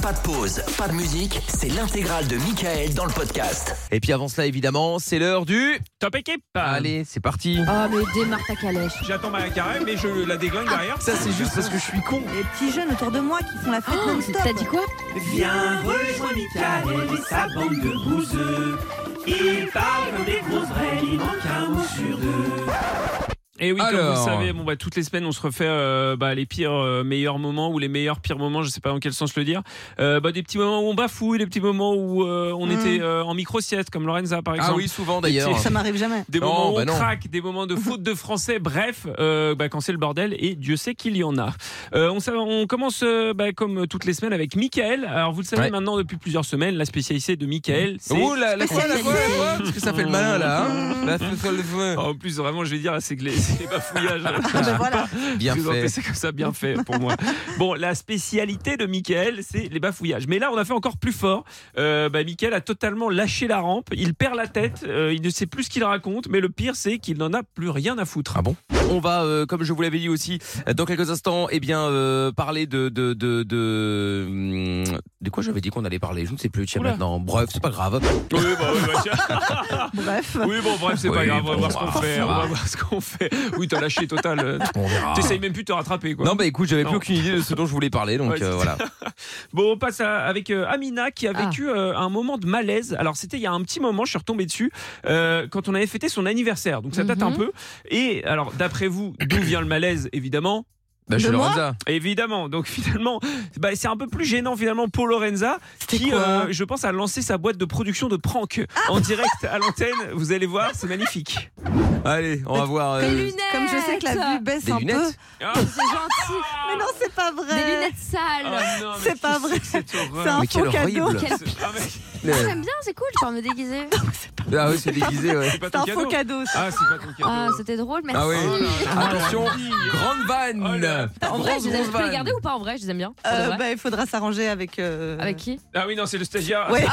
Pas de pause, pas de musique, c'est l'intégrale de Mickaël dans le podcast. Et puis avant cela, évidemment, c'est l'heure du Top équipe. Allez, c'est parti. Oh, mais démarre ta calèche. J'attends ma carré, mais je la déglingue derrière. Ça, c'est juste parce que je suis con. Les petits jeunes autour de moi qui font la fête non-stop. T'as dit quoi? Viens rejoindre Mickaël et sa bande de bouseux. Ils parlent comme des grosses vraies, il manque un mot sur deux. Et oui, comme Alors. vous savez, toutes les semaines, on se refait les pires meilleurs moments ou les meilleurs pires moments, je sais pas dans quel sens le dire. Des petits moments où on bafouille, des petits moments où on était en micro-sieste, comme Lorenza par exemple. Ah oui, souvent d'ailleurs. Ça m'arrive jamais. Des Non, moments où bah on non. craque, des moments de faute de français, bref, quand c'est le bordel, et Dieu sait qu'il y en a. On commence comme toutes les semaines avec Mickaël. Alors vous le savez maintenant depuis plusieurs semaines, la spécialité de Mickaël, c'est... Oh, la quoi? Parce que ça fait le malin là. En plus, vraiment, je vais dire, c'est les bafouillages. Voilà. Bien fait. C'est comme ça, bien fait pour moi. Bon, la spécialité de Mickaël, c'est les bafouillages. Mais là, on a fait encore plus fort. Mickaël a totalement lâché la rampe. Il perd la tête. Il ne sait plus ce qu'il raconte. Mais le pire, c'est qu'il n'en a plus rien à foutre. Ah bon? On va, comme je vous l'avais dit aussi, dans quelques instants, parler de quoi j'avais dit qu'on allait parler. Je ne sais plus. Tiens, Oula. maintenant. Bref, c'est pas grave. Oui, tiens. Bref. Oui, bref, c'est Oui, pas grave. On va bon, voir ce qu'on ça fait. va. On va voir ce qu'on fait. Oui, t'as lâché total. On verra. T'essayes même plus de te rattraper, quoi. Non, écoute, j'avais plus Non. aucune idée de ce dont je voulais parler, donc Ouais, c'est voilà. Bon, on passe avec Amina qui a vécu un moment de malaise. Alors c'était il y a un petit moment, je suis retombé dessus quand on avait fêté son anniversaire. Donc ça date un peu. Et alors d'après vous, d'où vient le malaise évidemment? Bah, je De le moi Lorenza. Évidemment, donc finalement, c'est un peu plus gênant finalement pour Lorenza qui, quoi je pense, a lancé sa boîte de production de prank en direct à l'antenne. Vous allez voir, c'est magnifique. Allez, on va voir. Des lunettes. Comme je sais que la vue baisse Des un peu. lunettes. Ah, C'est gentil. Mais non, c'est pas vrai. Des lunettes sales. non, mais C'est pas qu'est-ce vrai. que cette horreur. C'est un Mais quel faux cadeau. horrible. Quel- Ah, mais Ah, j'aime bien, c'est cool, je peux me déguiser. Ah oui, c'est déguisé, ouais. c'est pas C'est ton un cadeau. faux cadeau. ça. Ah, c'est pas ton cadeau. Ah, c'était drôle, merci. Ah oui. Attention, grande Oh vanne. là. En vrai, je Grosse peux les vanne. garder ou pas en vrai? Je les aime bien. Pour de vrai. Il faudra s'arranger avec. Avec qui? Ah oui, non, c'est le stagiaire. Ouais.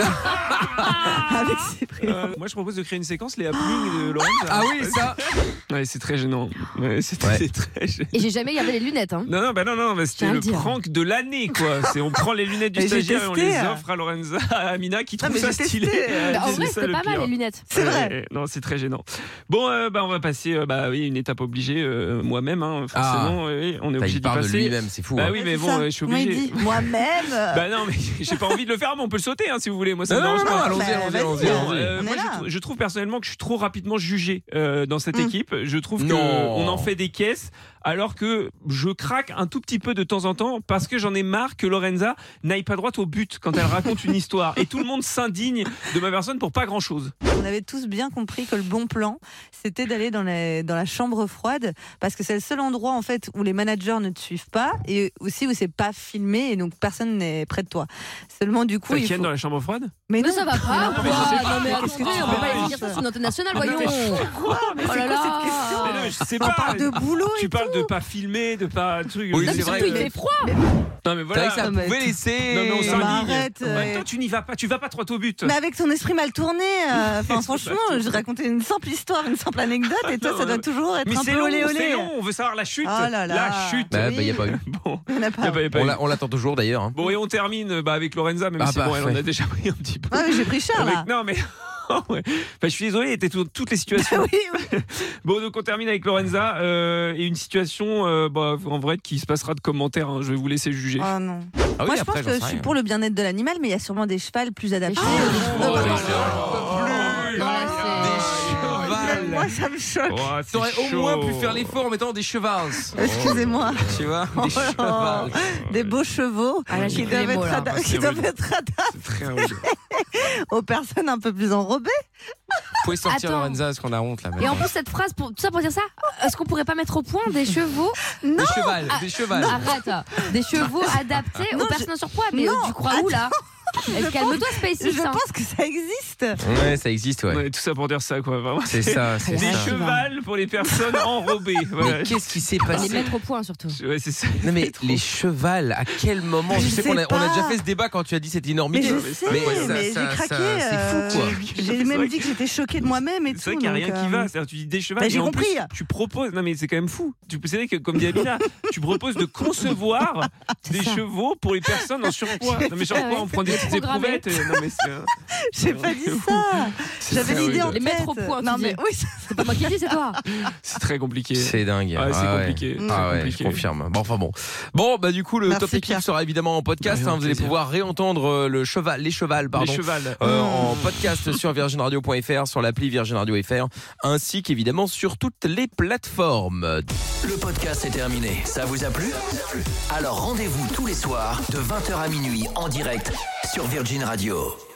Avec Cyprien. Moi, je propose de créer une séquence, les happenings de Lorenza. Ah oui, ça. Ouais, c'est très gênant. Ouais, c'est Ouais. très gênant. Et j'ai jamais gardé les lunettes, hein. Non, Tiens c'était à le dire. prank de l'année, quoi. On prend les lunettes du Mais j'ai stagiaire et on testé, les offre à Lorenza, à Amina, qui trouve mais ça j'ai stylé. testé, Bah, en C'est vrai, ça, c'était le pas mal pire. les lunettes. C'est vrai. Non, c'est très gênant. Bon, on va passer, une étape obligée, moi-même, hein, forcément. Oui, on est obligé Il d'y parle de passer. lui-même, c'est fou. Bah hein. oui, mais C'est bon, ça. je suis Moi, il obligé. dit moi-même. Bah non, mais j'ai pas envie de le faire, mais on peut le sauter, hein, si vous voulez. Moi, ça me Non, dérange non, pas. allons-y, Bah, allons-y, vas-y. allons-y, Non, allons-y. On moi, est là. je trouve personnellement que je suis trop rapidement jugé dans cette équipe. Je trouve Non. qu'on en fait des caisses alors que je craque un tout petit peu de temps en temps parce que j'en ai marre que Lorenza n'aille pas droit au but quand elle raconte une histoire et tout le monde s'indigne de ma personne pour pas grand-chose. On avait tous bien compris que le bon plan, c'était d'aller dans la chambre froide, parce que c'est le seul endroit en fait où les managers ne te suivent pas et aussi où c'est pas filmé et donc personne n'est près de toi. Seulement du coup, T'as il Ken faut... dans la chambre froide? Mais Mais ça va pas. mais je sais pas. Non, mais Qu'est-ce que attendez, tu on peut pas penses dire ça sur une antenne nationale, voyons. mais Oh là là. Mais non, mais je sais On pas. parle de boulot Tu et parle tout. de pas filmer, de pas truc. Oui, Non, c'est mais vrai surtout, il que- fait froid. Non mais C'est vrai voilà. que ça Non, mais pouvait tu- laisser. Non mais on Bah, s'indigne. arrête, En même temps, tu vas pas trop au but. Mais avec ton esprit mal tourné, enfin franchement, je racontais une simple histoire, une simple anecdote, et toi, ça doit toujours être Mais un c'est peu long, olé olé. c'est long, on veut savoir la chute. Oh là là. La chute. Bah, y a pas eu. Bon, Il y en a y pas. a pas eu. On l'attend toujours d'ailleurs. hein. Bon, et on termine avec Lorenza, même Ah si bah, bon, elle en ouais. a déjà pris un petit peu. Ah, mais j'ai pris cher là. Non mais ouais. Enfin, je suis désolé, il était toutes les situations. Oui, oui. Bon, donc on termine avec Lorenza et une situation en vrai qui se passera de commentaires. hein. Je vais vous laisser juger. Oh non. Ah oui, Moi, je après, pense j'en que sais je suis rien. pour le bien-être de l'animal, mais il y a sûrement des chevals plus adaptés. chevaux. Pardon. Moi, ça me choque. Oh, c'est T'aurais au chaud. moins pu faire l'effort en mettant des chevals. Excusez-moi. Tu vois, Oh des là. chevals. Des beaux chevaux Ah, là, j'ai qui pris les doivent mots, là. qui doivent être adaptés C'est très horrible. aux personnes un peu plus enrobées. Vous pouvez sortir Attends. Lorenza parce qu'on a honte là. Et en plus, cette phrase, tout ça pour dire ça, est-ce qu'on pourrait pas mettre au point des chevaux? Des chevals, des chevals. Arrête. Des chevaux adaptés aux personnes en surpoids. Mais Non, tu crois où là? Calme-toi, SpaceX. Je pense que ça existe. Ouais, ça existe, ouais. Ouais, tout ça pour dire ça, quoi. Vraiment, C'est ça, c'est des ça. chevals pour les personnes enrobées. Voilà. Mais qu'est-ce qui s'est Les passé? mettre au point, surtout. Ouais, c'est ça. Non mais les chevals, à quel moment? Je Je sais sais qu'on a pas. déjà fait ce débat quand tu as dit cette énorme Mais idée. je sais, mais j'ai craqué. c'est fou quoi. J'ai même dit que j'étais choquée de moi-même et tout. C'est vrai qu'il n'y a donc, rien qui va. C'est-à-dire, tu dis des chevaux. Bah, j'ai et en plus, compris. tu proposes. Non, mais c'est quand même fou. Tu sais que, comme dit Amina, tu proposes de concevoir des ça. chevaux pour les personnes en surpoids. Non, mais surpoids, on prend des petites Programmé. éprouvettes. Non, mais J'ai pas dit ça. J'avais ça, l'idée oui. en Les tête. mettre au point, Non tu mais dis. oui. C'est pas moi qui dis, c'est toi. c'est très compliqué. C'est dingue. Ouais, c'est compliqué. Ah ouais, compliqué. je confirme. Bon, enfin bon. Bon, bah du coup, le Merci, Top Équipe Pierre. sera évidemment en podcast. Ouais, Vous avec allez plaisir. pouvoir réentendre les chevals, pardon. Les chevals. En podcast sur virginradio.fr, sur l'appli Virgin Radio FR, ainsi qu'évidemment sur toutes les plateformes. Le podcast est terminé. Ça vous a plu? Alors rendez-vous tous les soirs de 20h à minuit en direct sur Virgin Radio.